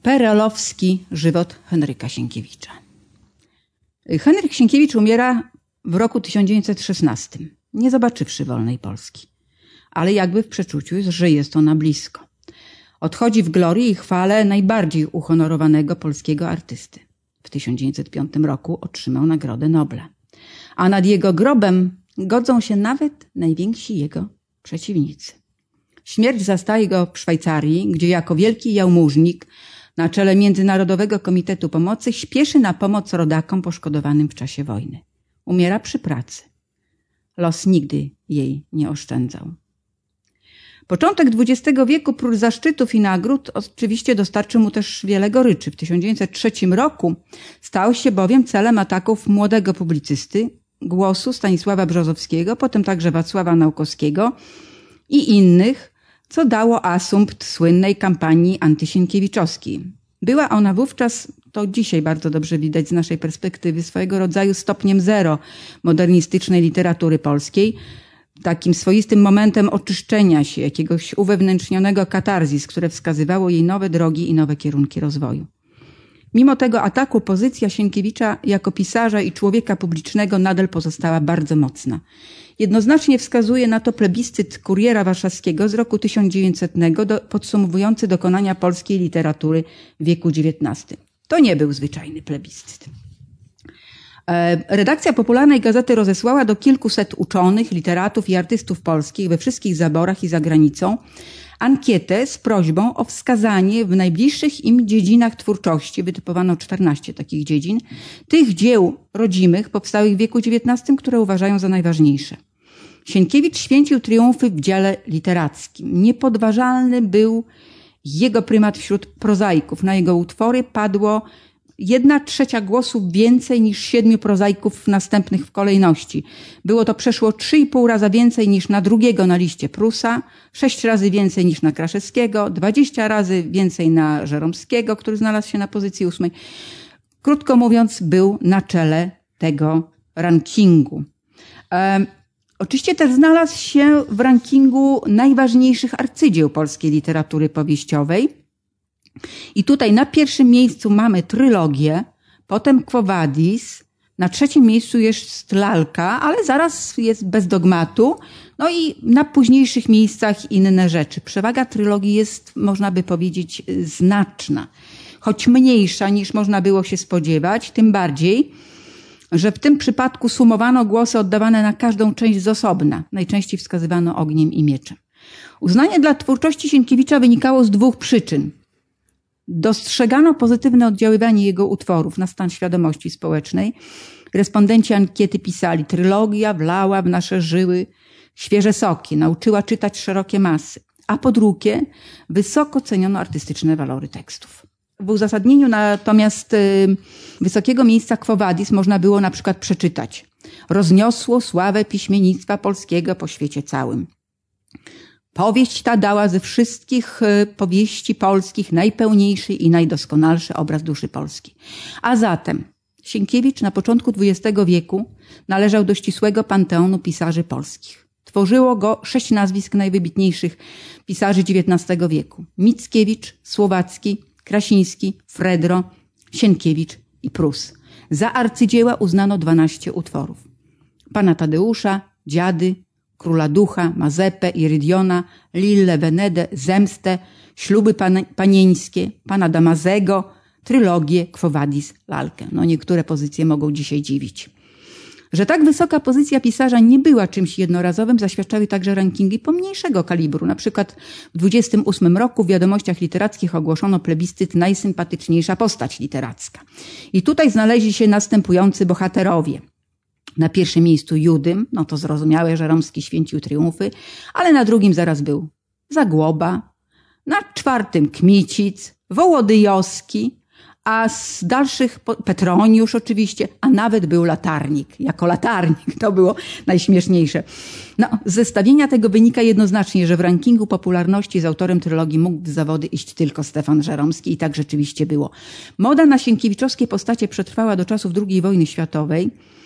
Perelowski żywot Henryka Sienkiewicza. Henryk Sienkiewicz umiera w roku 1916, nie zobaczywszy wolnej Polski, ale jakby w przeczuciu, że jest ona blisko. Odchodzi w glorii i chwale najbardziej uhonorowanego polskiego artysty. W 1905 roku otrzymał Nagrodę Nobla. A nad jego grobem godzą się nawet najwięksi jego przeciwnicy. Śmierć zastaje go w Szwajcarii, gdzie jako wielki jałmużnik na czele Międzynarodowego Komitetu Pomocy śpieszy na pomoc rodakom poszkodowanym w czasie wojny. Umiera przy pracy. Los nigdy jej nie oszczędzał. Początek XX wieku prócz zaszczytów i nagród oczywiście dostarczył mu też wiele goryczy. W 1903 roku stał się bowiem celem ataków młodego publicysty, Głosu Stanisława Brzozowskiego, potem także Wacława Naukowskiego i innych, co dało asumpt słynnej kampanii antysienkiewiczoskiej. Była ona wówczas, to dzisiaj bardzo dobrze widać z naszej perspektywy, swojego rodzaju stopniem zero modernistycznej literatury polskiej, takim swoistym momentem oczyszczenia się, jakiegoś uwewnętrznionego katarzis, które wskazywało jej nowe drogi i nowe kierunki rozwoju. Mimo tego ataku pozycja Sienkiewicza jako pisarza i człowieka publicznego nadal pozostała bardzo mocna. Jednoznacznie wskazuje na to plebiscyt Kuriera Warszawskiego z roku 1900, podsumowujący dokonania polskiej literatury w wieku XIX. To nie był zwyczajny plebiscyt. Redakcja Popularnej Gazety rozesłała do kilkuset uczonych, literatów i artystów polskich we wszystkich zaborach i za granicą ankietę z prośbą o wskazanie w najbliższych im dziedzinach twórczości, wytypowano 14 takich dziedzin, tych dzieł rodzimych powstałych w wieku XIX, które uważają za najważniejsze. Sienkiewicz święcił triumfy w dziele literackim. Niepodważalny był jego prymat wśród prozaików. Na jego utwory padło 1/3 głosów więcej niż 7 prozaików następnych w kolejności. Było to przeszło 3,5 raza więcej niż na drugiego na liście Prusa, 6 razy więcej niż na Kraszewskiego, 20 razy więcej na Żeromskiego, który znalazł się na pozycji 8. Krótko mówiąc, był na czele tego rankingu. Oczywiście też znalazł się w rankingu najważniejszych arcydzieł polskiej literatury powieściowej. I tutaj na pierwszym miejscu mamy trylogię, potem Quo Vadis, na trzecim miejscu jest Lalka, ale zaraz jest Bez dogmatu, no i na późniejszych miejscach inne rzeczy. Przewaga trylogii jest, można by powiedzieć, znaczna, choć mniejsza niż można było się spodziewać, tym bardziej, że w tym przypadku sumowano głosy oddawane na każdą część z osobna. Najczęściej wskazywano Ogniem i Mieczem. Uznanie dla twórczości Sienkiewicza wynikało z 2 przyczyn. Dostrzegano pozytywne oddziaływanie jego utworów na stan świadomości społecznej. Respondenci ankiety pisali: trylogia wlała w nasze żyły świeże soki, nauczyła czytać szerokie masy. A po drugie, wysoko ceniono artystyczne walory tekstów. W uzasadnieniu natomiast wysokiego miejsca Quo Vadis można było na przykład przeczytać: rozniosło sławę piśmiennictwa polskiego po świecie całym. Powieść ta dała ze wszystkich powieści polskich najpełniejszy i najdoskonalszy obraz duszy Polski. A zatem Sienkiewicz na początku XX wieku należał do ścisłego panteonu pisarzy polskich. Tworzyło go 6 nazwisk najwybitniejszych pisarzy XIX wieku: Mickiewicz, Słowacki, Krasiński, Fredro, Sienkiewicz i Prus. Za arcydzieła uznano 12 utworów: Pana Tadeusza, Dziady, Króla Ducha, Mazepę, Irydiona, Lillę, Wenedę, Zemstę, Śluby panieńskie, Pana Damazego, trylogię, Quo Vadis, Lalkę. No niektóre pozycje mogą dzisiaj dziwić. Że tak wysoka pozycja pisarza nie była czymś jednorazowym, zaświadczały także rankingi pomniejszego kalibru. Na przykład w 28 roku w Wiadomościach Literackich ogłoszono plebiscyt Najsympatyczniejsza postać literacka. I tutaj znaleźli się następujący bohaterowie. Na pierwszym miejscu Judym, no to zrozumiałe, że Żeromski święcił triumfy, ale na drugim zaraz był Zagłoba, na 4 Kmicic, Wołodyjowski, a z dalszych Petroniusz oczywiście, a nawet był Latarnik. Jako Latarnik to było najśmieszniejsze. No, z zestawienia tego wynika jednoznacznie, że w rankingu popularności z autorem trylogii mógł w zawody iść tylko Stefan Żeromski i tak rzeczywiście było. Moda na sienkiewiczowskie postacie przetrwała do czasów II wojny światowej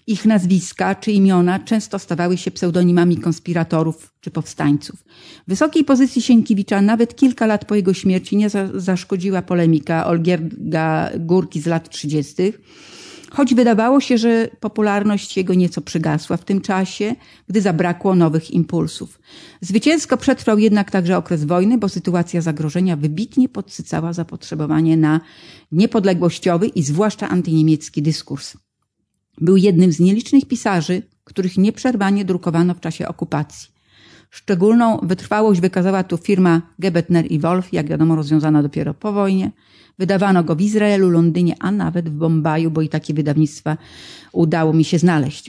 Ich nazwiska czy imiona często stawały się pseudonimami konspiratorów czy powstańców. Wysokiej pozycji Sienkiewicza nawet kilka lat po jego śmierci nie zaszkodziła polemika Olgierda Górki z lat 30., choć wydawało się, że popularność jego nieco przygasła w tym czasie, gdy zabrakło nowych impulsów. Zwycięsko przetrwał jednak także okres wojny, bo sytuacja zagrożenia wybitnie podsycała zapotrzebowanie na niepodległościowy i zwłaszcza antyniemiecki dyskurs. Był jednym z nielicznych pisarzy, których nieprzerwanie drukowano w czasie okupacji. Szczególną wytrwałość wykazała tu firma Gebethner i Wolf, jak wiadomo rozwiązana dopiero po wojnie. Wydawano go w Izraelu, Londynie, a nawet w Bombaju, bo i takie wydawnictwa udało mi się znaleźć.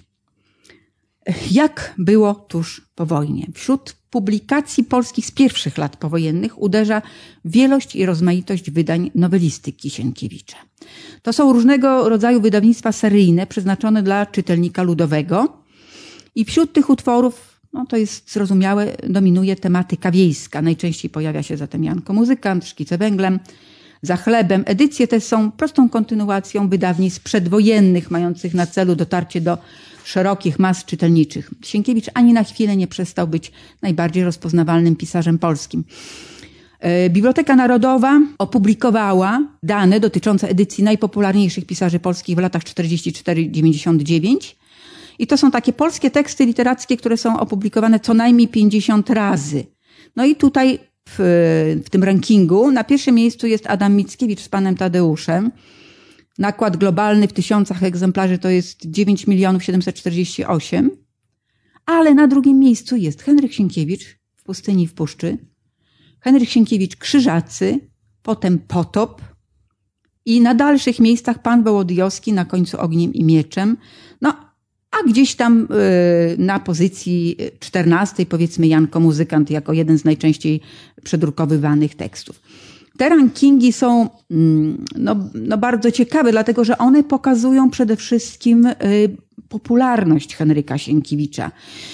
Jak było tuż po wojnie? Wśród publikacji polskich z pierwszych lat powojennych uderza wielość i rozmaitość wydań nowelistyki Sienkiewicza. To są różnego rodzaju wydawnictwa seryjne przeznaczone dla czytelnika ludowego i wśród tych utworów, to jest zrozumiałe, dominuje tematyka wiejska. Najczęściej pojawia się zatem Janko Muzykant, Szkice węglem, Za chlebem. Edycje te są prostą kontynuacją wydawnictw przedwojennych, mających na celu dotarcie do szerokich mas czytelniczych. Sienkiewicz ani na chwilę nie przestał być najbardziej rozpoznawalnym pisarzem polskim. Biblioteka Narodowa opublikowała dane dotyczące edycji najpopularniejszych pisarzy polskich w latach 44-99. I to są takie polskie teksty literackie, które są opublikowane co najmniej 50 razy. No i tutaj w tym rankingu na pierwszym miejscu jest Adam Mickiewicz z Panem Tadeuszem. Nakład globalny w 1000 egzemplarzy to jest 9 748 000. Ale na drugim miejscu jest Henryk Sienkiewicz w Pustyni i w Puszczy, Henryk Sienkiewicz Krzyżacy, potem Potop i na dalszych miejscach Pan Wołodyjowski na końcu Ogniem i Mieczem. A gdzieś tam na pozycji 14 powiedzmy Janko Muzykant jako jeden z najczęściej przedrukowywanych tekstów. Te rankingi są bardzo ciekawe, dlatego że one pokazują przede wszystkim popularność Henryka Sienkiewicza.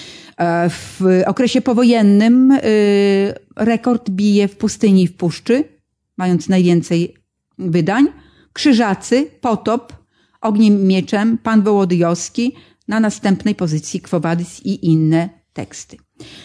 W okresie powojennym rekord bije w Pustyni i w Puszczy, mając najwięcej wydań. Krzyżacy, Potop, Ogniem i Mieczem, Pan Wołodyjowski, na następnej pozycji Quo Vadis i inne teksty.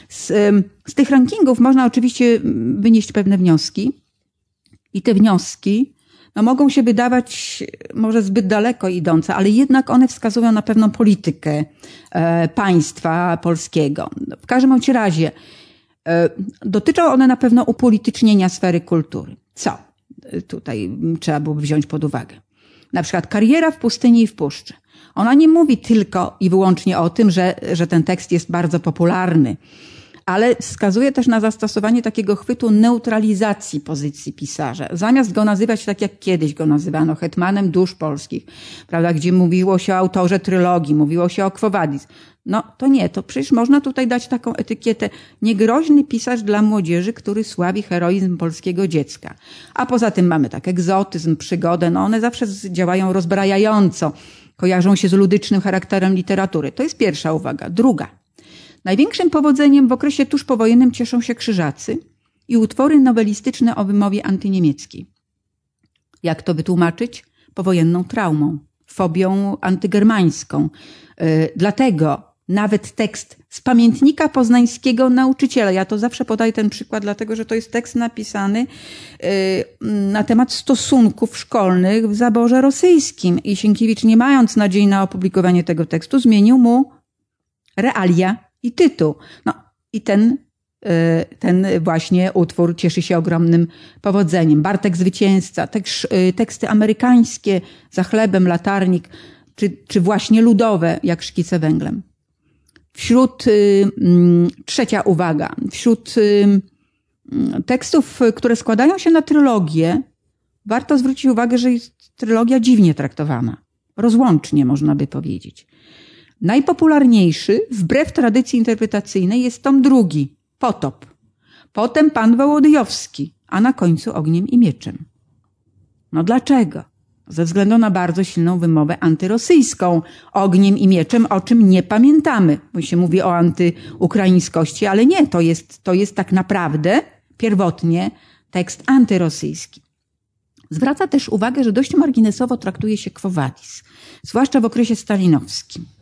Z tych rankingów można oczywiście wynieść pewne wnioski i te wnioski mogą się wydawać może zbyt daleko idące, ale jednak one wskazują na pewną politykę państwa polskiego. W każdym bądź razie dotyczą one na pewno upolitycznienia sfery kultury. Co tutaj trzeba byłoby wziąć pod uwagę? Na przykład Kariera w Pustyni i w Puszczy. Ona nie mówi tylko i wyłącznie o tym, że ten tekst jest bardzo popularny, ale wskazuje też na zastosowanie takiego chwytu neutralizacji pozycji pisarza. Zamiast go nazywać tak, jak kiedyś go nazywano, hetmanem dusz polskich, prawda, gdzie mówiło się o autorze trylogii, mówiło się o Quo Vadis. To nie, to przecież można tutaj dać taką etykietę niegroźny pisarz dla młodzieży, który sławi heroizm polskiego dziecka. A poza tym mamy tak egzotyzm, przygodę, one zawsze działają rozbrajająco, kojarzą się z ludycznym charakterem literatury. To jest pierwsza uwaga. Druga. Największym powodzeniem w okresie tuż powojennym cieszą się Krzyżacy i utwory nowelistyczne o wymowie antyniemieckiej. Jak to wytłumaczyć? Powojenną traumą, fobią antygermańską. Dlatego nawet tekst z Pamiętnika Poznańskiego Nauczyciela. Ja to zawsze podaję ten przykład, dlatego że to jest tekst napisany na temat stosunków szkolnych w zaborze rosyjskim. I Sienkiewicz, nie mając nadziei na opublikowanie tego tekstu, zmienił mu realia i tytuł. I ten właśnie utwór cieszy się ogromnym powodzeniem. Bartek Zwycięzca, teksty amerykańskie, Za chlebem, Latarnik, czy właśnie ludowe, jak Szkice węglem. Trzecia uwaga, wśród tekstów, które składają się na trylogię, warto zwrócić uwagę, że jest trylogia dziwnie traktowana. Rozłącznie, można by powiedzieć. Najpopularniejszy, wbrew tradycji interpretacyjnej, jest tom drugi, Potop. Potem Pan Wołodyjowski, a na końcu Ogniem i Mieczem. Dlaczego? Ze względu na bardzo silną wymowę antyrosyjską, Ogniem i Mieczem, o czym nie pamiętamy, bo się mówi o antyukraińskości, ale nie, to jest tak naprawdę pierwotnie tekst antyrosyjski. Zwraca też uwagę, że dość marginesowo traktuje się Quo Vadis, zwłaszcza w okresie stalinowskim.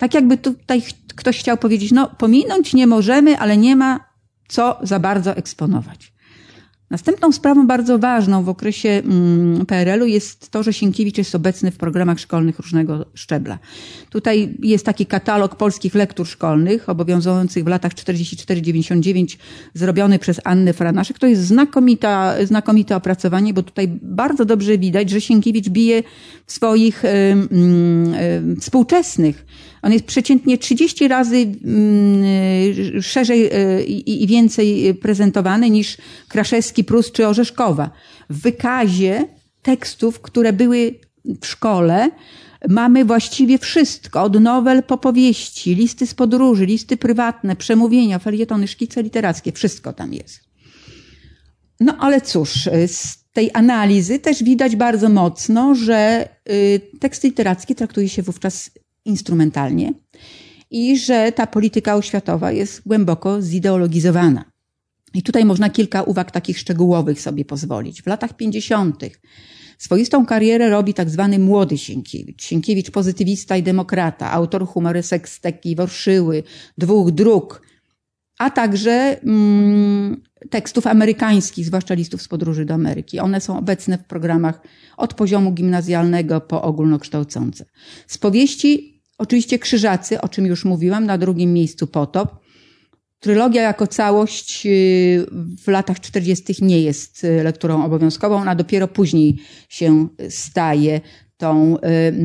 Tak jakby tutaj ktoś chciał powiedzieć, no pominąć nie możemy, ale nie ma co za bardzo eksponować. Następną sprawą bardzo ważną w okresie PRL-u jest to, że Sienkiewicz jest obecny w programach szkolnych różnego szczebla. Tutaj jest taki katalog polskich lektur szkolnych obowiązujących w latach 44-99 zrobiony przez Annę Franaszek. To jest znakomite opracowanie, bo tutaj bardzo dobrze widać, że Sienkiewicz bije w swoich współczesnych. On jest przeciętnie 30 razy szerzej i więcej prezentowany niż Kraszewski, Prus czy Orzeszkowa. W wykazie tekstów, które były w szkole, mamy właściwie wszystko. Od nowel po powieści, listy z podróży, listy prywatne, przemówienia, felietony, szkice literackie. Wszystko tam jest. No ale cóż, z tej analizy też widać bardzo mocno, że tekst literacki traktuje się wówczas instrumentalnie i że ta polityka oświatowa jest głęboko zideologizowana. I tutaj można kilka uwag takich szczegółowych sobie pozwolić. W latach 50. swoistą karierę robi tak zwany młody Sienkiewicz. Sienkiewicz pozytywista i demokrata, autor humorysek Steki, Worszyły, Dwóch dróg, a także tekstów amerykańskich, zwłaszcza listów z podróży do Ameryki. One są obecne w programach od poziomu gimnazjalnego po ogólnokształcące. Z powieści oczywiście Krzyżacy, o czym już mówiłam, na drugim miejscu Potop. Trylogia jako całość w latach 40. nie jest lekturą obowiązkową, ona dopiero później się staje tą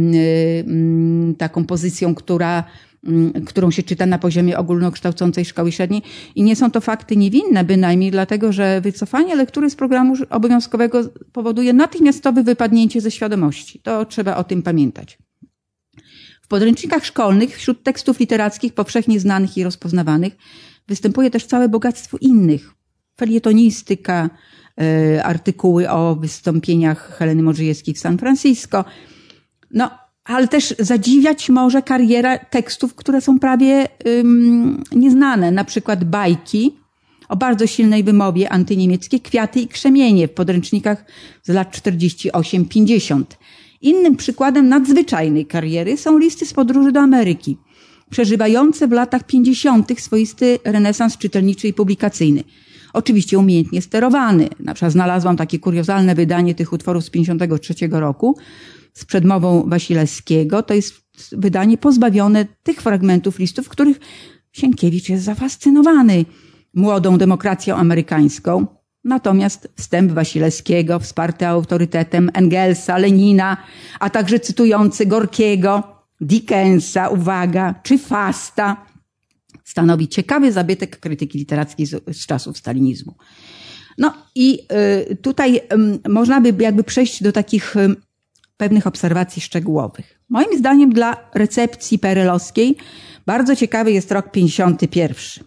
taką pozycją, którą się czyta na poziomie ogólnokształcącej szkoły średniej. I nie są to fakty niewinne bynajmniej, dlatego że wycofanie lektury z programu obowiązkowego powoduje natychmiastowe wypadnięcie ze świadomości. To trzeba o tym pamiętać. W podręcznikach szkolnych, wśród tekstów literackich powszechnie znanych i rozpoznawanych, występuje też całe bogactwo innych. Felietonistyka, artykuły o wystąpieniach Heleny Modrzejewskiej w San Francisco. No, ale też zadziwiać może kariera tekstów, które są prawie nieznane. Na przykład bajki o bardzo silnej wymowie antyniemieckiej, Kwiaty i krzemienie w podręcznikach z lat 48-50. Innym przykładem nadzwyczajnej kariery są listy z podróży do Ameryki, przeżywające w latach 50. swoisty renesans czytelniczy i publikacyjny. Oczywiście umiejętnie sterowany. Na przykład znalazłam takie kuriozalne wydanie tych utworów z 53 roku z przedmową Wasilewskiego. To jest wydanie pozbawione tych fragmentów listów, w których Sienkiewicz jest zafascynowany młodą demokracją amerykańską. Natomiast wstęp Wasilewskiego, wsparty autorytetem Engelsa, Lenina, a także cytujący Gorkiego, Dickensa, uwaga, czy Fasta, stanowi ciekawy zabytek krytyki literackiej z czasów stalinizmu. No i tutaj można by jakby przejść do takich pewnych obserwacji szczegółowych. Moim zdaniem dla recepcji PRL-owskiej bardzo ciekawy jest rok 51.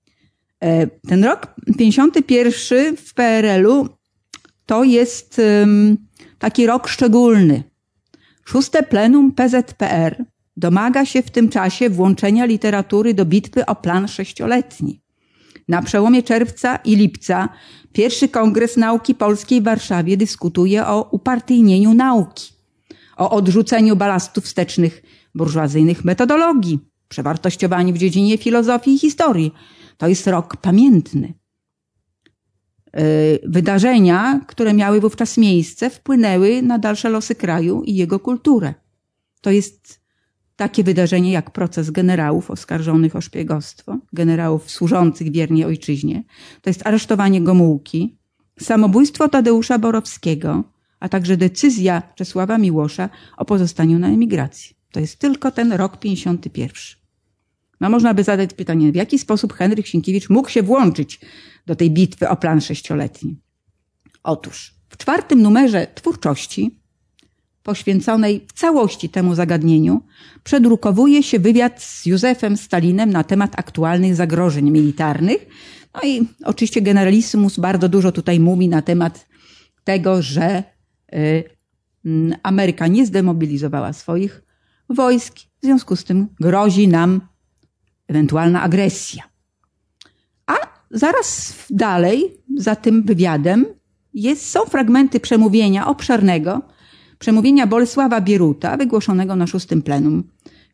Ten rok 51 w PRL-u to jest taki rok szczególny. 6. plenum PZPR domaga się w tym czasie włączenia literatury do bitwy o plan 6-letni. Na przełomie czerwca i lipca pierwszy Kongres Nauki Polskiej w Warszawie dyskutuje o upartyjnieniu nauki, o odrzuceniu balastów wstecznych burżuazyjnych metodologii, przewartościowaniu w dziedzinie filozofii i historii. To jest rok pamiętny. Wydarzenia, które miały wówczas miejsce, wpłynęły na dalsze losy kraju i jego kulturę. To jest takie wydarzenie jak proces generałów oskarżonych o szpiegostwo, generałów służących wiernie ojczyźnie. To jest aresztowanie Gomułki, samobójstwo Tadeusza Borowskiego, a także decyzja Czesława Miłosza o pozostaniu na emigracji. To jest tylko ten rok 51. No można by zadać pytanie, w jaki sposób Henryk Sienkiewicz mógł się włączyć do tej bitwy o plan 6-letni? Otóż w 4. numerze Twórczości, poświęconej w całości temu zagadnieniu, przedrukowuje się wywiad z Józefem Stalinem na temat aktualnych zagrożeń militarnych. No i oczywiście Generalissimus bardzo dużo tutaj mówi na temat tego, że Ameryka nie zdemobilizowała swoich wojsk, w związku z tym grozi nam ewentualna agresja. A zaraz dalej, za tym wywiadem, są fragmenty przemówienia obszernego, przemówienia Bolesława Bieruta, wygłoszonego na 6. plenum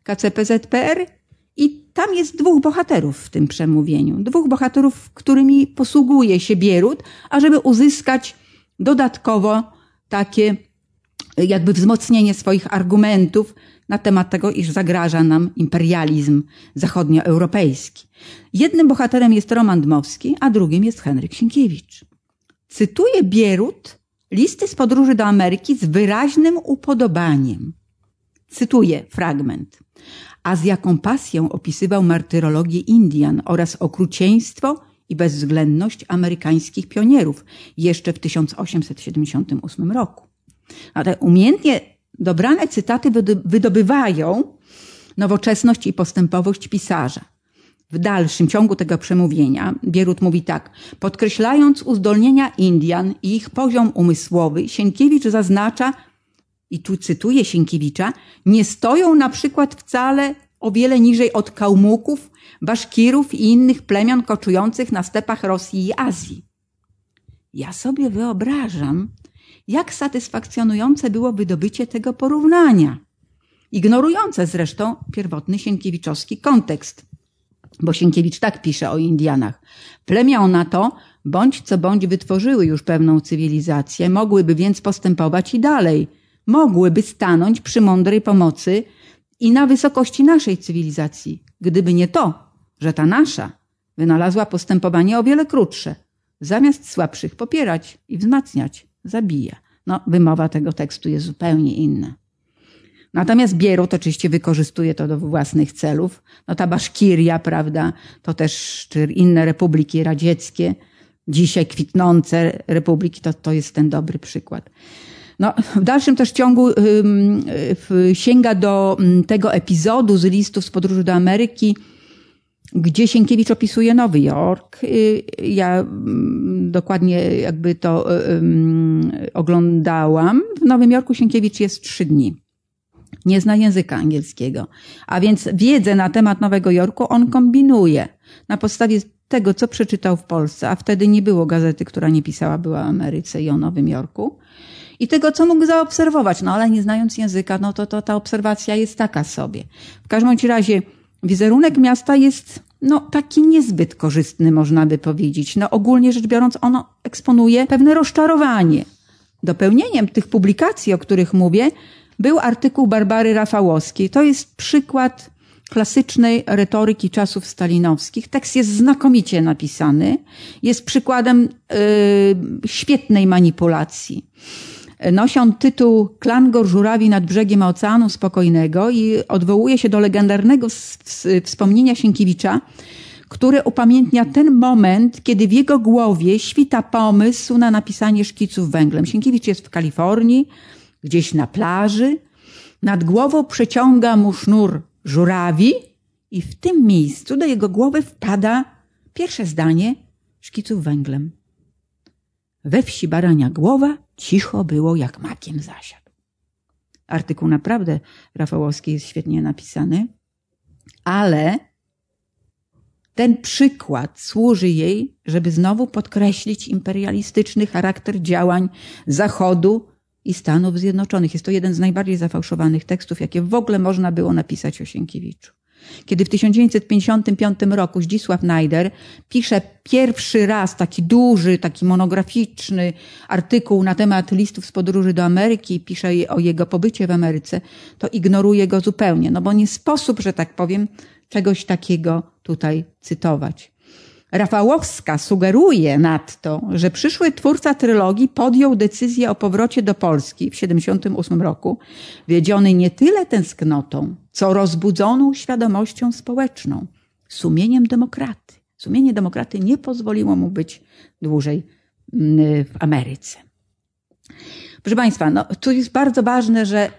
KCPZPR i tam jest dwóch bohaterów w tym przemówieniu. Dwóch bohaterów, którymi posługuje się Bierut, ażeby uzyskać dodatkowo takie jakby wzmocnienie swoich argumentów na temat tego, iż zagraża nam imperializm zachodnioeuropejski. Jednym bohaterem jest Roman Dmowski, a drugim jest Henryk Sienkiewicz. Cytuje Bierut listy z podróży do Ameryki z wyraźnym upodobaniem. Cytuję fragment. A z jaką pasją opisywał martyrologię Indian oraz okrucieństwo i bezwzględność amerykańskich pionierów jeszcze w 1878 roku. A te umiejętnie dobrane cytaty wydobywają nowoczesność i postępowość pisarza. W dalszym ciągu tego przemówienia Bierut mówi tak. Podkreślając uzdolnienia Indian i ich poziom umysłowy, Sienkiewicz zaznacza, i tu cytuję Sienkiewicza, nie stoją na przykład wcale o wiele niżej od Kałmuków, Baszkirów i innych plemion koczujących na stepach Rosji i Azji. Ja sobie wyobrażam, jak satysfakcjonujące było wydobycie tego porównania, ignorujące zresztą pierwotny sienkiewiczowski kontekst. Bo Sienkiewicz tak pisze o Indianach. Plemiona to, bądź co bądź wytworzyły już pewną cywilizację, mogłyby więc postępować i dalej. Mogłyby stanąć przy mądrej pomocy i na wysokości naszej cywilizacji, gdyby nie to, że ta nasza wynalazła postępowanie o wiele krótsze. Zamiast słabszych popierać i wzmacniać, zabija. Wymowa tego tekstu jest zupełnie inna. Natomiast Bierut oczywiście wykorzystuje to do własnych celów. Ta Baszkiria, prawda, to też czy inne republiki radzieckie, dzisiaj kwitnące republiki, to jest ten dobry przykład. W dalszym też ciągu sięga do tego epizodu z listów z podróży do Ameryki, gdzie Sienkiewicz opisuje Nowy Jork. Ja dokładnie jakby to oglądałam. W Nowym Jorku Sienkiewicz jest 3 dni. Nie zna języka angielskiego. A więc wiedzę na temat Nowego Jorku on kombinuje na podstawie tego, co przeczytał w Polsce, a wtedy nie było gazety, która nie pisała była o Ameryce i o Nowym Jorku. I tego, co mógł zaobserwować. Ale nie znając języka, to ta obserwacja jest taka sobie. W każdym razie wizerunek miasta jest taki niezbyt korzystny, można by powiedzieć. Ogólnie rzecz biorąc, ono eksponuje pewne rozczarowanie. Dopełnieniem tych publikacji, o których mówię, był artykuł Barbary Rafałowskiej. To jest przykład klasycznej retoryki czasów stalinowskich. Tekst jest znakomicie napisany. Jest przykładem świetnej manipulacji. Nosi on tytuł Klangor żurawi nad brzegiem Oceanu Spokojnego i odwołuje się do legendarnego wspomnienia Sienkiewicza, które upamiętnia ten moment, kiedy w jego głowie świta pomysł na napisanie szkiców węglem. Sienkiewicz jest w Kalifornii, gdzieś na plaży. Nad głową przeciąga mu sznur żurawi i w tym miejscu do jego głowy wpada pierwsze zdanie szkiców węglem. We wsi Barania Głowa cicho było, jak makiem zasiadł. Artykuł naprawdę Rafałowskiej jest świetnie napisany, ale ten przykład służy jej, żeby znowu podkreślić imperialistyczny charakter działań Zachodu i Stanów Zjednoczonych. Jest to jeden z najbardziej zafałszowanych tekstów, jakie w ogóle można było napisać o Sienkiewiczu. Kiedy w 1955 roku Zdzisław Najder pisze pierwszy raz taki duży, taki monograficzny artykuł na temat listów z podróży do Ameryki i pisze o jego pobycie w Ameryce, to ignoruje go zupełnie, bo nie sposób, że tak powiem, czegoś takiego tutaj cytować. Rafałowska sugeruje nadto, że przyszły twórca trylogii podjął decyzję o powrocie do Polski w 1978 roku, wiedziony nie tyle tęsknotą, co rozbudzoną świadomością społeczną, sumieniem demokraty. Sumienie demokraty nie pozwoliło mu być dłużej w Ameryce. Proszę Państwa, tu jest bardzo ważne, że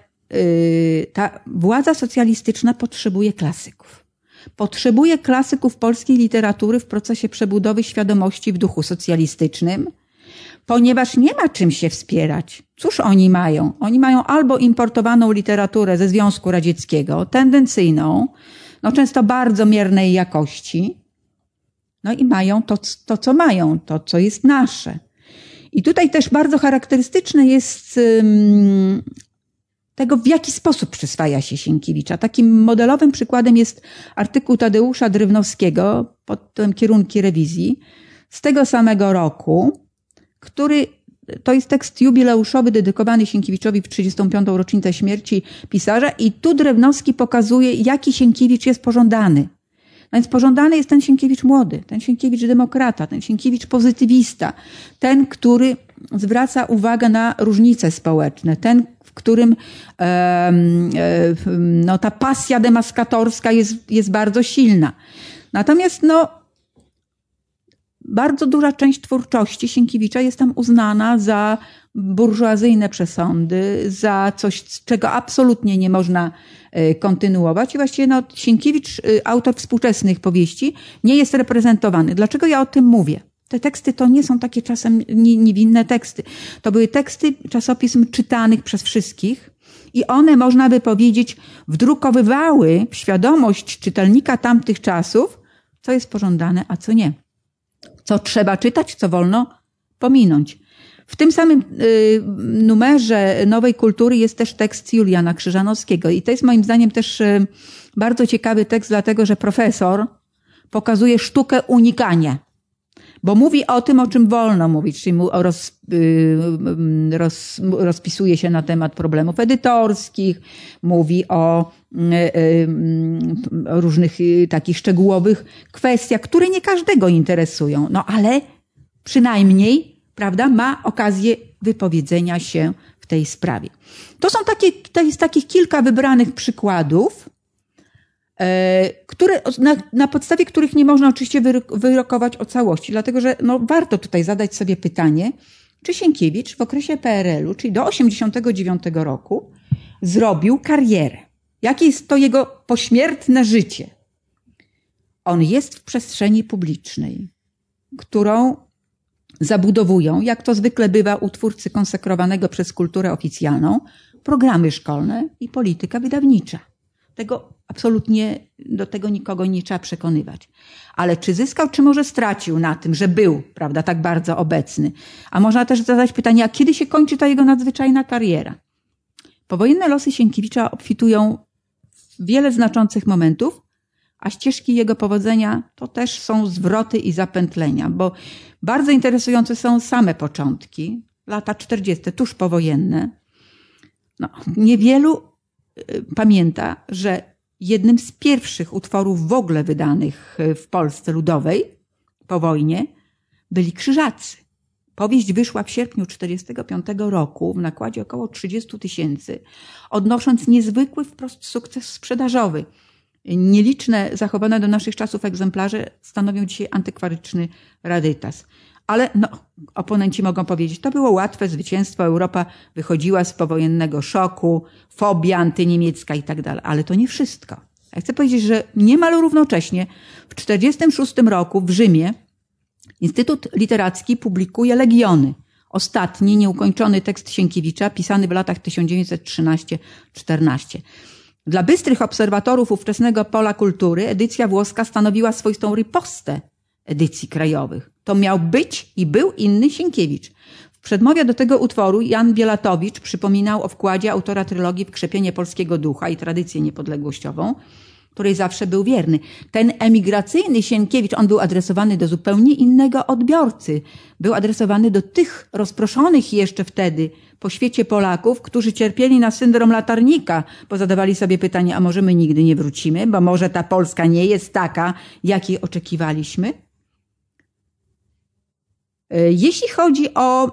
ta władza socjalistyczna potrzebuje klasyków. Potrzebuje klasyków polskiej literatury w procesie przebudowy świadomości w duchu socjalistycznym, ponieważ nie ma czym się wspierać. Cóż oni mają? Oni mają albo importowaną literaturę ze Związku Radzieckiego, tendencyjną, często bardzo miernej jakości, i mają to, co mają, to, co jest nasze. I tutaj też bardzo charakterystyczne jest tego, w jaki sposób przyswaja się Sienkiewicza. Takim modelowym przykładem jest artykuł Tadeusza Drywnowskiego pod tytułem Kierunki rewizji z tego samego roku, który to jest tekst jubileuszowy dedykowany Sienkiewiczowi w 35. rocznicę śmierci pisarza i tu Drywnowski pokazuje, jaki Sienkiewicz jest pożądany. No więc pożądany jest ten Sienkiewicz młody, ten Sienkiewicz demokrata, ten Sienkiewicz pozytywista, ten, który zwraca uwagę na różnice społeczne, ten, w którym no, ta pasja demaskatorska jest bardzo silna. Natomiast bardzo duża część twórczości Sienkiewicza jest tam uznana za burżuazyjne przesądy, za coś, czego absolutnie nie można kontynuować. I właściwie Sienkiewicz, autor współczesnych powieści, nie jest reprezentowany. Dlaczego ja o tym mówię? Te teksty to nie są takie czasem niewinne teksty. To były teksty czasopism czytanych przez wszystkich i one, można by powiedzieć, wdrukowywały w świadomość czytelnika tamtych czasów, co jest pożądane, a co nie. Co trzeba czytać, co wolno pominąć. W tym samym numerze Nowej Kultury jest też tekst Juliana Krzyżanowskiego. I to jest moim zdaniem też bardzo ciekawy tekst, dlatego że profesor pokazuje sztukę unikania. Bo mówi o tym, o czym wolno mówić, czyli rozpisuje się na temat problemów edytorskich, mówi o różnych takich szczegółowych kwestiach, które nie każdego interesują. No ale przynajmniej, prawda, ma okazję wypowiedzenia się w tej sprawie. To jest takich kilka wybranych przykładów, na podstawie których nie można oczywiście wyrokować o całości, dlatego że warto tutaj zadać sobie pytanie, czy Sienkiewicz w okresie PRL-u, czyli do 1989 roku, zrobił karierę. Jakie jest to jego pośmiertne życie? On jest w przestrzeni publicznej, którą zabudowują, jak to zwykle bywa u twórcy konsekrowanego przez kulturę oficjalną, programy szkolne i polityka wydawnicza. Do tego nikogo nie trzeba przekonywać. Ale czy zyskał, czy może stracił na tym, że był, prawda, tak bardzo obecny? A można też zadać pytanie, a kiedy się kończy ta jego nadzwyczajna kariera? Powojenne losy Sienkiewicza obfitują w wiele znaczących momentów, a ścieżki jego powodzenia to też są zwroty i zapętlenia, bo bardzo interesujące są same początki, lata 40., tuż powojenne. Niewielu pamięta, że jednym z pierwszych utworów w ogóle wydanych w Polsce ludowej po wojnie byli Krzyżacy. Powieść wyszła w sierpniu 1945 roku w nakładzie około 30 000, odnosząc niezwykły wprost sukces sprzedażowy. Nieliczne zachowane do naszych czasów egzemplarze stanowią dzisiaj antykwaryczny rarytas. Ale oponenci mogą powiedzieć, to było łatwe zwycięstwo, Europa wychodziła z powojennego szoku, fobia antyniemiecka i tak dalej. Ale to nie wszystko. Ja chcę powiedzieć, że niemal równocześnie w 1946 roku w Rzymie Instytut Literacki publikuje Legiony. Ostatni, nieukończony tekst Sienkiewicza, pisany w latach 1913-14. Dla bystrych obserwatorów ówczesnego pola kultury edycja włoska stanowiła swoistą ripostę edycji krajowych. To miał być i był inny Sienkiewicz. W przedmowie do tego utworu Jan Bielatowicz przypominał o wkładzie autora trylogii w krzepienie polskiego ducha i tradycję niepodległościową, której zawsze był wierny. Ten emigracyjny Sienkiewicz, on był adresowany do zupełnie innego odbiorcy. Był adresowany do tych rozproszonych jeszcze wtedy po świecie Polaków, którzy cierpieli na syndrom latarnika, bo zadawali sobie pytanie, a może my nigdy nie wrócimy, bo może ta Polska nie jest taka, jakiej oczekiwaliśmy. Jeśli chodzi o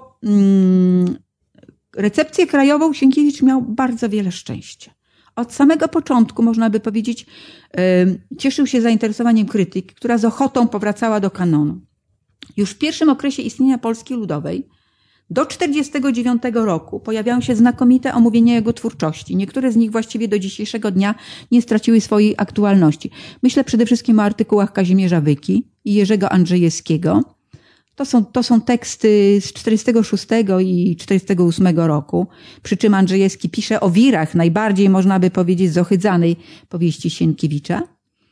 recepcję krajową, Sienkiewicz miał bardzo wiele szczęścia. Od samego początku, można by powiedzieć, cieszył się zainteresowaniem krytyki, która z ochotą powracała do kanonu. Już w pierwszym okresie istnienia Polski Ludowej, do 1949 roku, pojawiają się znakomite omówienia jego twórczości. Niektóre z nich właściwie do dzisiejszego dnia nie straciły swojej aktualności. Myślę przede wszystkim o artykułach Kazimierza Wyki i Jerzego Andrzejewskiego. To są teksty z 46 i 48 roku, przy czym Andrzejewski pisze o wirach, najbardziej można by powiedzieć zohydzanej powieści Sienkiewicza.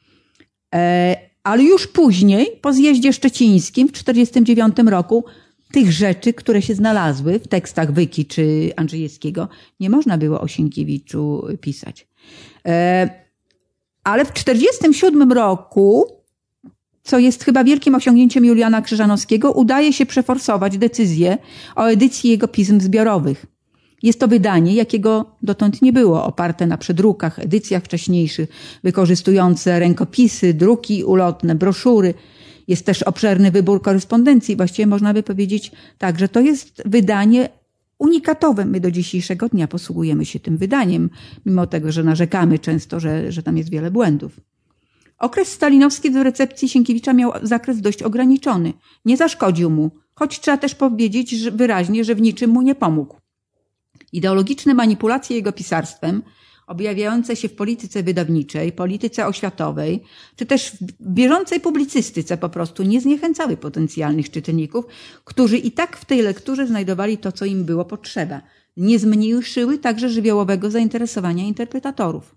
Ale już później, po zjeździe szczecińskim w 49 roku, tych rzeczy, które się znalazły w tekstach Wyki czy Andrzejewskiego, nie można było o Sienkiewiczu pisać. Ale w 1947 roku, co jest chyba wielkim osiągnięciem Juliana Krzyżanowskiego, udaje się przeforsować decyzję o edycji jego pism zbiorowych. Jest to wydanie, jakiego dotąd nie było, oparte na przedrukach, edycjach wcześniejszych, wykorzystujące rękopisy, druki ulotne, broszury. Jest też obszerny wybór korespondencji. Właściwie można by powiedzieć tak, że to jest wydanie unikatowe. My do dzisiejszego dnia posługujemy się tym wydaniem, mimo tego, że narzekamy często, że tam jest wiele błędów. Okres stalinowski do recepcji Sienkiewicza miał zakres dość ograniczony. Nie zaszkodził mu, choć trzeba też powiedzieć wyraźnie, że w niczym mu nie pomógł. Ideologiczne manipulacje jego pisarstwem, objawiające się w polityce wydawniczej, polityce oświatowej, czy też w bieżącej publicystyce po prostu nie zniechęcały potencjalnych czytelników, którzy i tak w tej lekturze znajdowali to, co im było potrzeba. Nie zmniejszyły także żywiołowego zainteresowania interpretatorów.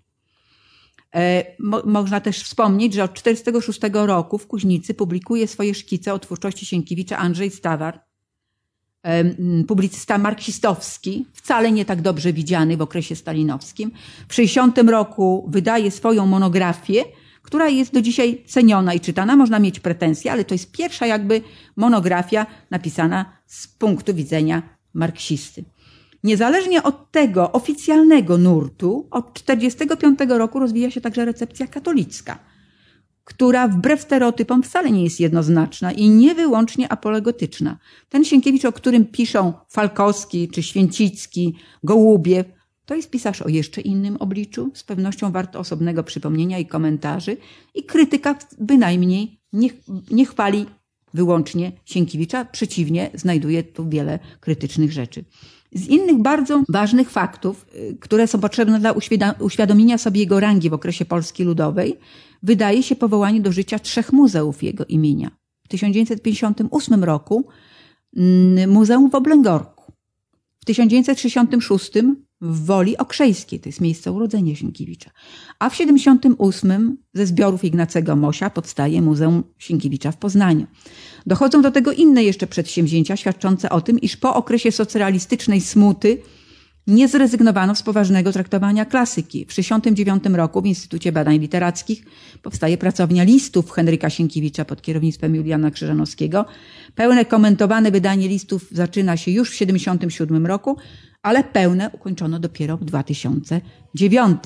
Można też wspomnieć, że od 1946 roku w Kuźnicy publikuje swoje szkice o twórczości Sienkiewicza Andrzej Stawar, publicysta marksistowski, wcale nie tak dobrze widziany w okresie stalinowskim. W 1960 roku wydaje swoją monografię, która jest do dzisiaj ceniona i czytana. Można mieć pretensje, ale to jest pierwsza jakby monografia napisana z punktu widzenia marksisty. Niezależnie od tego oficjalnego nurtu, od 1945 roku rozwija się także recepcja katolicka, która wbrew stereotypom wcale nie jest jednoznaczna i nie wyłącznie apologetyczna. Ten Sienkiewicz, o którym piszą Falkowski czy Święcicki, Gołubiew, to jest pisarz o jeszcze innym obliczu, z pewnością wart osobnego przypomnienia i komentarzy, i krytyka bynajmniej nie chwali wyłącznie Sienkiewicza, przeciwnie, znajduje tu wiele krytycznych rzeczy. Z innych bardzo ważnych faktów, które są potrzebne dla uświadomienia sobie jego rangi w okresie Polski Ludowej, wydaje się powołanie do życia 3 muzeów jego imienia. W 1958 roku Muzeum w Oblęgorku, w 1966 w Woli Okrzejskiej, to jest miejsce urodzenia Sienkiewicza, a w 1978 ze zbiorów Ignacego Mosia powstaje Muzeum Sienkiewicza w Poznaniu. Dochodzą do tego inne jeszcze przedsięwzięcia świadczące o tym, iż po okresie socrealistycznej smuty nie zrezygnowano z poważnego traktowania klasyki. W 1969 roku w Instytucie Badań Literackich powstaje pracownia listów Henryka Sienkiewicza pod kierownictwem Juliana Krzyżanowskiego. Pełne komentowane wydanie listów zaczyna się już w 1977 roku, ale pełne ukończono dopiero w 2009.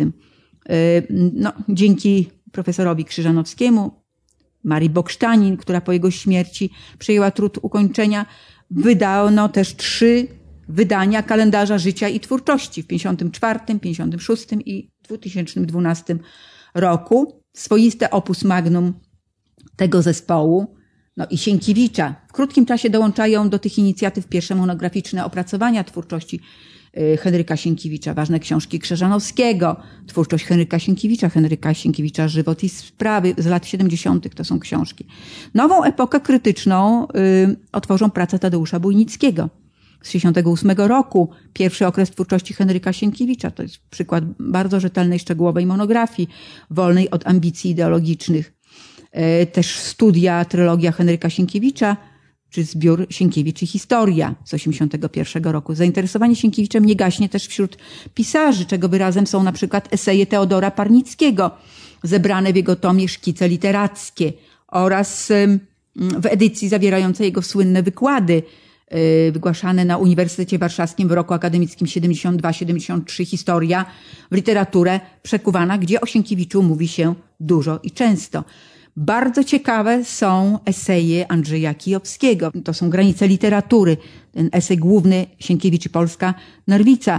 Dzięki profesorowi Krzyżanowskiemu, Marii Boksztanin, która po jego śmierci przejęła trud ukończenia, wydano też 3 wydania kalendarza życia i twórczości w 1954, 1956 i 2012 roku. Swoiste opus magnum tego zespołu, i Sienkiewicza. W krótkim czasie dołączają do tych inicjatyw pierwsze monograficzne opracowania twórczości Henryka Sienkiewicza, ważne książki Krzyżanowskiego, twórczość Henryka Sienkiewicza, Żywot i sprawy z lat 70. to są książki. Nową epokę krytyczną otworzą prace Tadeusza Bujnickiego. Z 1968 roku, pierwszy okres twórczości Henryka Sienkiewicza, to jest przykład bardzo rzetelnej, szczegółowej monografii, wolnej od ambicji ideologicznych. Też studia, trylogia Henryka Sienkiewicza, czy zbiór Sienkiewicz i historia z 1981 roku. Zainteresowanie Sienkiewiczem nie gaśnie też wśród pisarzy, czego wyrazem są na przykład eseje Teodora Parnickiego, zebrane w jego tomie Szkice literackie, oraz w edycji zawierającej jego słynne wykłady, wygłaszane na Uniwersytecie Warszawskim w roku akademickim 72-73, historia w literaturę przekuwana, gdzie o Sienkiewiczu mówi się dużo i często. Bardzo ciekawe są eseje Andrzeja Kijowskiego. To są Granice literatury. Ten esej główny Sienkiewicz i Polska Nerwica,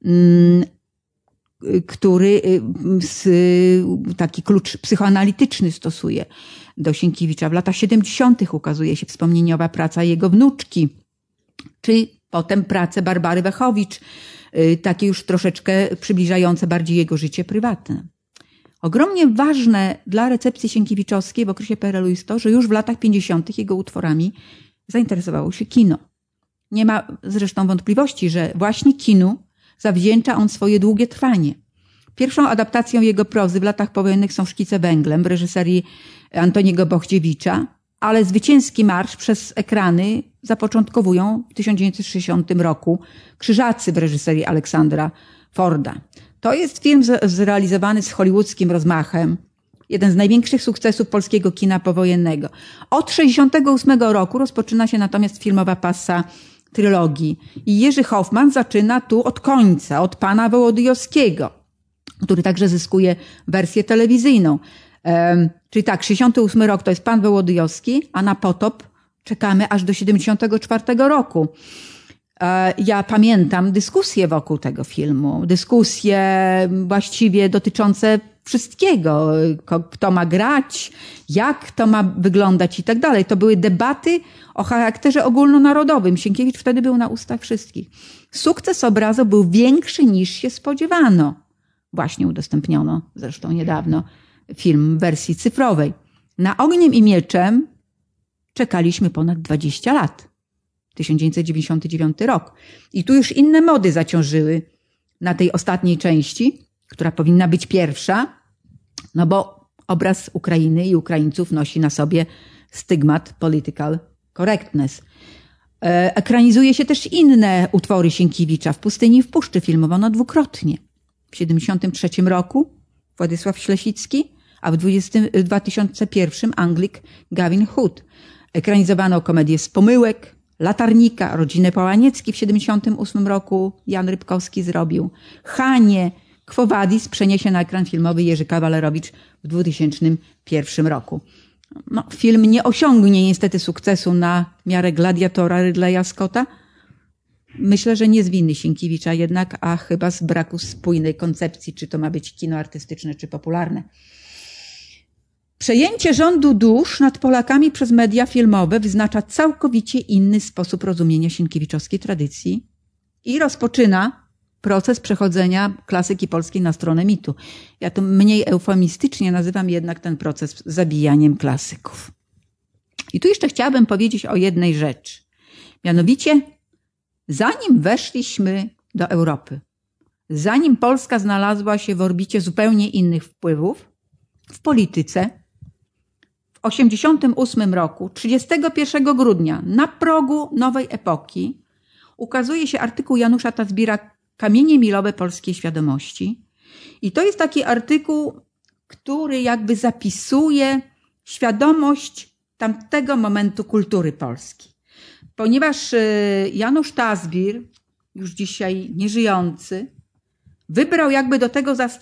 który taki klucz psychoanalityczny stosuje do Sienkiewicza. W latach 70. ukazuje się wspomnieniowa praca jego wnuczki, czy potem prace Barbary Wechowicz, takie już troszeczkę przybliżające bardziej jego życie prywatne. Ogromnie ważne dla recepcji sienkiewiczowskiej w okresie PRL-u jest to, że już w latach 50. jego utworami zainteresowało się kino. Nie ma zresztą wątpliwości, że właśnie kinu zawdzięcza on swoje długie trwanie. Pierwszą adaptacją jego prozy w latach powojennych są Szkice węglem w reżyserii Antoniego Bochdziewicza, ale zwycięski marsz przez ekrany zapoczątkowują w 1960 roku Krzyżacy w reżyserii Aleksandra Forda. To jest film zrealizowany z hollywoodzkim rozmachem. Jeden z największych sukcesów polskiego kina powojennego. Od 1968 roku rozpoczyna się natomiast filmowa pasa trylogii. I Jerzy Hoffman zaczyna tu od końca, od pana Wołodyjowskiego, który także zyskuje wersję telewizyjną. Czyli tak, 68 rok to jest pan Wołodyjowski, a na Potop czekamy aż do 74 roku. Ja pamiętam dyskusje wokół tego filmu, dyskusje właściwie dotyczące wszystkiego, kto ma grać, jak to ma wyglądać i tak dalej. To były debaty o charakterze ogólnonarodowym. Sienkiewicz wtedy był na ustach wszystkich. Sukces obrazu był większy niż się spodziewano. Właśnie udostępniono zresztą niedawno film w wersji cyfrowej. Na Ogniem i Mieczem czekaliśmy ponad 20 lat. 1999 rok. I tu już inne mody zaciążyły na tej ostatniej części, która powinna być pierwsza, no bo obraz Ukrainy i Ukraińców nosi na sobie stygmat political correctness. Ekranizuje się też inne utwory Sienkiewicza. W Pustyni i w Puszczy filmowano dwukrotnie. W 1973 roku Władysław Ślesicki, a w 2001 Anglik Gavin Hood. Ekranizowano komedię z pomyłek, Latarnika, Rodzinę Połaniecki w 1978 roku Jan Rybkowski zrobił. Hanie, Quo Vadis przeniesie na ekran filmowy Jerzy Kawalerowicz w 2001 roku. No, film nie osiągnie niestety sukcesu na miarę Gladiatora Ridleya Scotta. Myślę, że nie z winy Sienkiewicza jednak, a chyba z braku spójnej koncepcji, czy to ma być kino artystyczne, czy popularne. Przejęcie rządu dusz nad Polakami przez media filmowe wyznacza całkowicie inny sposób rozumienia sienkiewiczowskiej tradycji i rozpoczyna proces przechodzenia klasyki polskiej na stronę mitu. Ja to mniej eufemistycznie nazywam jednak ten proces zabijaniem klasyków. I tu jeszcze chciałabym powiedzieć o jednej rzeczy. Mianowicie, zanim weszliśmy do Europy, zanim Polska znalazła się w orbicie zupełnie innych wpływów w polityce, w 1988 roku, 31 grudnia, na progu nowej epoki, ukazuje się artykuł Janusza Tazbira Kamienie milowe polskiej świadomości. I to jest taki artykuł, który jakby zapisuje świadomość tamtego momentu kultury polskiej. Ponieważ Janusz Tazbir, już dzisiaj nieżyjący, wybrał jakby do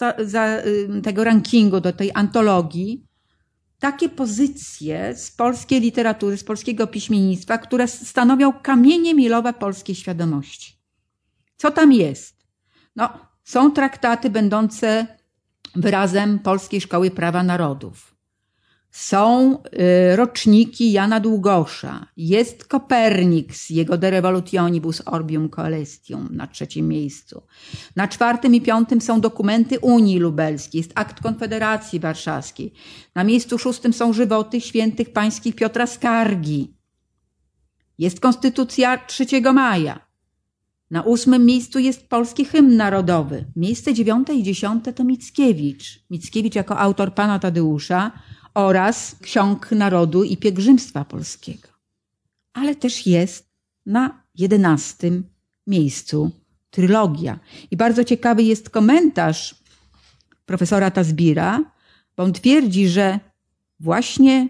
tego rankingu, do tej antologii, takie pozycje z polskiej literatury, z polskiego piśmiennictwa, które stanowią kamienie milowe polskiej świadomości. Co tam jest? No, są traktaty będące wyrazem Polskiej Szkoły Prawa Narodów. Są roczniki Jana Długosza. Jest Kopernik z jego De Revolutionibus Orbium Coelestium na 3. miejscu. Na 4. i 5. są dokumenty Unii Lubelskiej. Jest akt Konfederacji Warszawskiej. Na miejscu 6. są żywoty świętych pańskich Piotra Skargi. Jest Konstytucja 3 maja. Na 8. miejscu jest polski hymn narodowy. Miejsce 9. i 10. to Mickiewicz. Mickiewicz jako autor Pana Tadeusza oraz Ksiąg Narodu i Pielgrzymstwa Polskiego. Ale też jest na 11. miejscu trylogia. I bardzo ciekawy jest komentarz profesora Tazbira, bo on twierdzi, że właśnie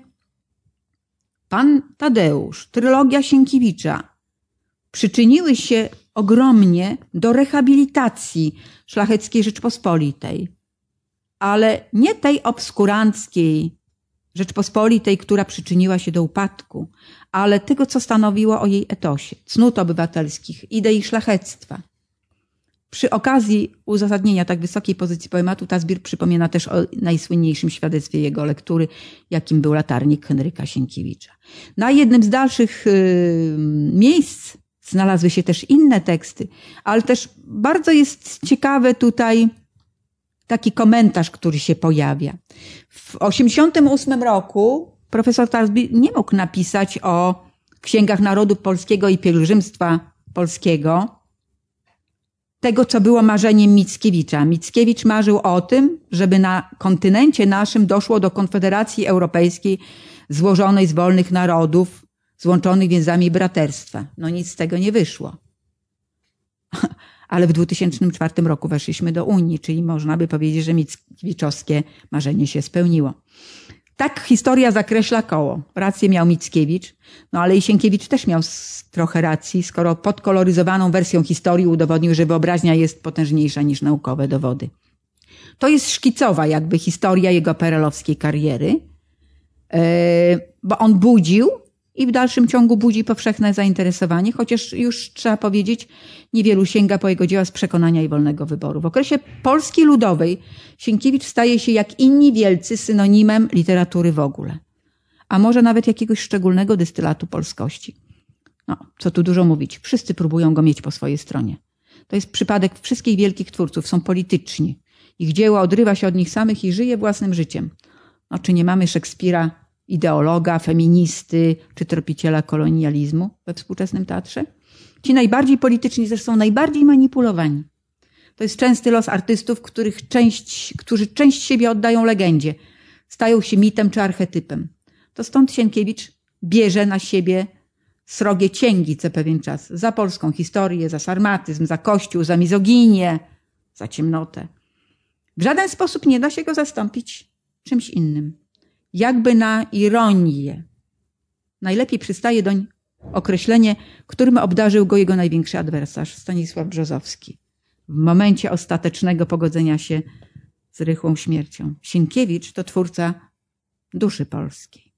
Pan Tadeusz, trylogia Sienkiewicza przyczyniły się ogromnie do rehabilitacji szlacheckiej Rzeczpospolitej, ale nie tej obskuranckiej Rzeczpospolitej, która przyczyniła się do upadku, ale tego, co stanowiło o jej etosie, cnót obywatelskich, idei szlachectwa. Przy okazji uzasadnienia tak wysokiej pozycji poematu Tazbir przypomina też o najsłynniejszym świadectwie jego lektury, jakim był Latarnik Henryka Sienkiewicza. Na jednym z dalszych miejsc znalazły się też inne teksty, ale też bardzo jest ciekawy tutaj taki komentarz, który się pojawia. W 1988 roku profesor Tazbir nie mógł napisać o księgach narodu polskiego i pielgrzymstwa polskiego tego, co było marzeniem Mickiewicza. Mickiewicz marzył o tym, żeby na kontynencie naszym doszło do Konfederacji Europejskiej złożonej z wolnych narodów, złączonych więzami braterstwa. No nic z tego nie wyszło. Ale w 2004 roku weszliśmy do Unii, czyli można by powiedzieć, że mickiewiczowskie marzenie się spełniło. Tak historia zakreśla koło. Rację miał Mickiewicz, no ale i Sienkiewicz też miał trochę racji, skoro podkoloryzowaną wersją historii udowodnił, że wyobraźnia jest potężniejsza niż naukowe dowody. To jest szkicowa jakby historia jego perelowskiej kariery, bo on budził i w dalszym ciągu budzi powszechne zainteresowanie, chociaż już trzeba powiedzieć, niewielu sięga po jego dzieła z przekonania i wolnego wyboru. W okresie Polski Ludowej Sienkiewicz staje się jak inni wielcy synonimem literatury w ogóle, a może nawet jakiegoś szczególnego dystylatu polskości. No, co tu dużo mówić, wszyscy próbują go mieć po swojej stronie. To jest przypadek wszystkich wielkich twórców, są polityczni. Ich dzieło odrywa się od nich samych i żyje własnym życiem. No, czy nie mamy Szekspira, ideologa, feministy czy tropiciela kolonializmu we współczesnym teatrze? Ci najbardziej polityczni zresztą najbardziej manipulowani. To jest częsty los artystów, którzy część siebie oddają legendzie, stają się mitem czy archetypem. To stąd Sienkiewicz bierze na siebie srogie cięgi co pewien czas za polską historię, za sarmatyzm, za kościół, za mizoginię, za ciemnotę. W żaden sposób nie da się go zastąpić czymś innym. Jakby na ironię. Najlepiej przystaje doń określenie, którym obdarzył go jego największy adwersarz, Stanisław Brzozowski. W momencie ostatecznego pogodzenia się z rychłą śmiercią. Sienkiewicz to twórca duszy polskiej.